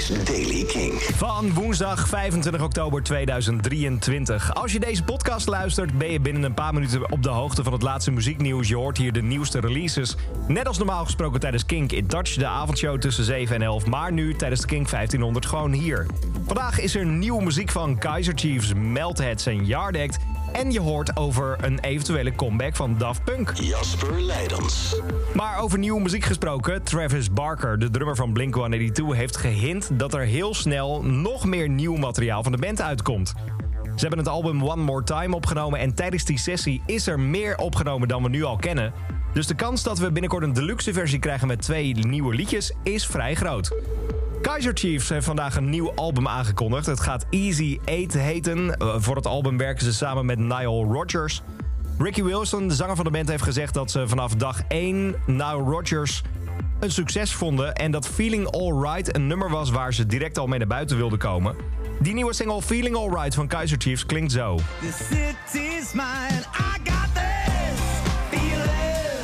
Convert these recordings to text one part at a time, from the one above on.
is Daily King. Van woensdag 25 oktober 2023. Als je deze podcast luistert, ben je binnen een paar minuten op de hoogte van het laatste muzieknieuws. Je hoort hier de nieuwste releases. Net als normaal gesproken tijdens Kink in Touch, de avondshow tussen 7 en 11. Maar nu tijdens de Kink 1500 gewoon hier. Vandaag is er nieuwe muziek van Kaiser Chiefs, Meltheads en Yard Act. En je hoort over een eventuele comeback van Daft Punk. Jasper Leidens. Maar over nieuwe muziek gesproken, Travis Barker, de drummer van Blink-182, heeft gehint dat er heel snel nog meer nieuw materiaal van de band uitkomt. Ze hebben het album One More Time opgenomen en tijdens die sessie is er meer opgenomen dan we nu al kennen. Dus de kans dat we binnenkort een deluxe versie krijgen met 2 nieuwe liedjes is vrij groot. Kaiser Chiefs heeft vandaag een nieuw album aangekondigd. Het gaat Easy 8 heten. Voor het album werken ze samen met Nile Rodgers. Ricky Wilson, de zanger van de band, heeft gezegd dat ze vanaf dag 1 Nile Rodgers een succes vonden en dat Feeling Alright een nummer was waar ze direct al mee naar buiten wilden komen. Die nieuwe single Feeling Alright van Kaiser Chiefs klinkt zo. The city's mine, I got this feeling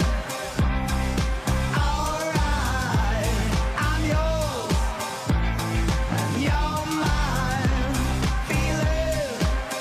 alright. I'm yours, and you're mine. Feeling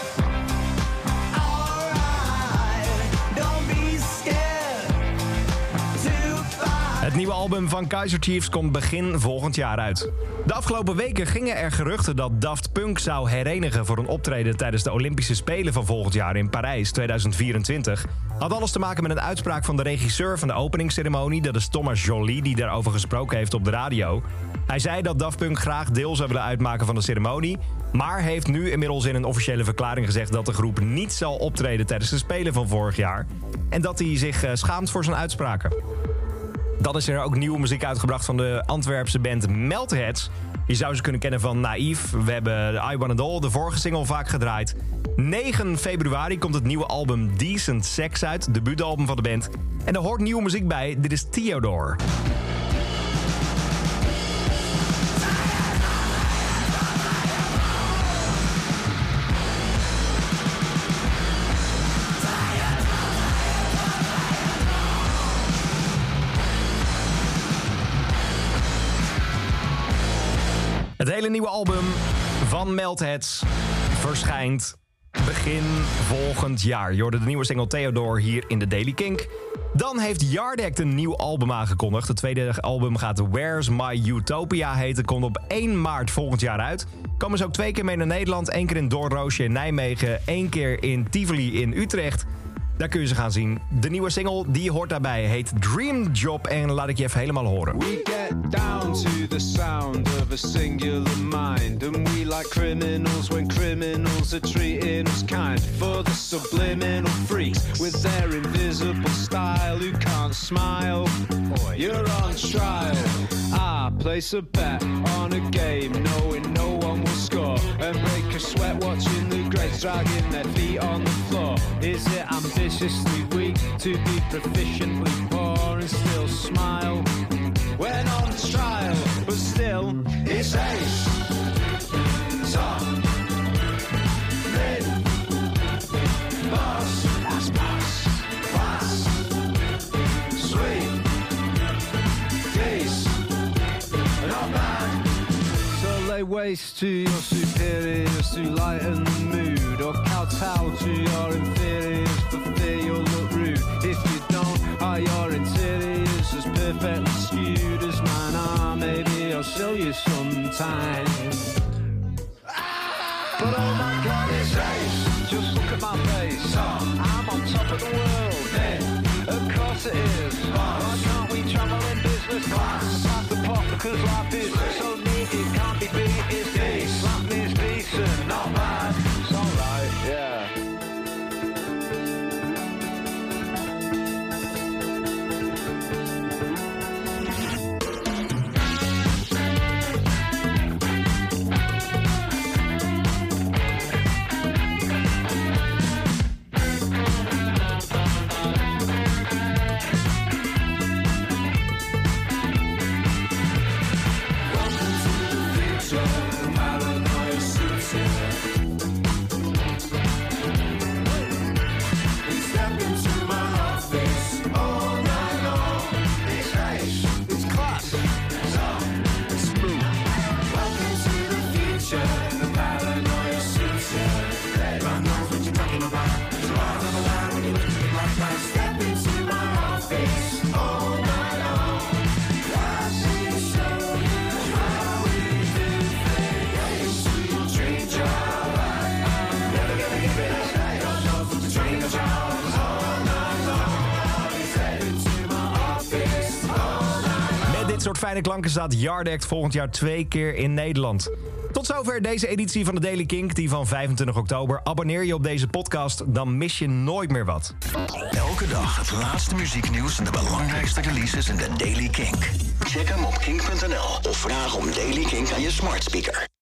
alright. Don't be scared to fight. Het nieuwe album van Kaiser Chiefs komt begin volgend jaar uit. De afgelopen weken gingen er geruchten dat Daft Punk zou herenigen voor een optreden tijdens de Olympische Spelen van volgend jaar in Parijs 2024. Had alles te maken met een uitspraak van de regisseur van de openingsceremonie. Dat is Thomas Joly, die daarover gesproken heeft op de radio. Hij zei dat Daft Punk graag deel zou willen uitmaken van de ceremonie, maar heeft nu inmiddels in een officiële verklaring gezegd dat de groep niet zal optreden tijdens de Spelen van vorig jaar en dat hij zich schaamt voor zijn uitspraken. Dan is er ook nieuwe muziek uitgebracht van de Antwerpse band Meltheads. Je zou ze kunnen kennen van Naïef. We hebben I Wanna Doll, de vorige single, vaak gedraaid. 9 februari komt het nieuwe album Decent Sex uit, het debuutalbum van de band. En er hoort nieuwe muziek bij, dit is Theodore. Het hele nieuwe album van Meltheads verschijnt begin volgend jaar. Je hoorde de nieuwe single Theodore hier in de Daily Kink. Dan heeft Yard Act een nieuw album aangekondigd. Het tweede album gaat Where's My Utopia heten. Komt op 1 maart volgend jaar uit. Komen ze ook 2 keer mee naar Nederland. 1 keer in Doornroosje in Nijmegen. 1 keer in Tivoli in Utrecht. Daar kun je ze gaan zien. De nieuwe single die hoort daarbij heet Dream Job. En laat ik je even helemaal horen. We get down to the sound of a singular mind. And we like criminals when criminals are treating us kind. For the subliminal freaks with their invisible style who can't smile. You're on trial. I place a bet on a game knowing no one will score. And break a sweat watching the greats dragging their feet on the floor. Is it ambitiously weak to be proficiently poor and still smile when on trial? But still, it's ace. Top, mid, boss, that's pass, pass, sweet, peace, not bad. So lay waste to your superiors to lighten the mood, or kowtow to your inferiors for fear you'll look rude. If you don't, are your interiors as perfectly skewed as mine are? Maybe I'll show you sometime. But oh my God, it's ace. Just look at my face. I'm on top of the world. Of course it is. Why can't we travel in business class? Pass the pot because life is so neat it can't be beat. It's decent. Life is decent, not bad. It's alright, yeah. dit soort fijne klanken staat Yard Act volgend jaar 2 keer in Nederland. Tot zover deze editie van de Daily Kink, die van 25 oktober. Abonneer je op deze podcast, dan mis je nooit meer wat. Elke dag het laatste muzieknieuws en de belangrijkste releases in de Daily Kink. Check hem op kink.nl of vraag om Daily Kink aan je smart speaker.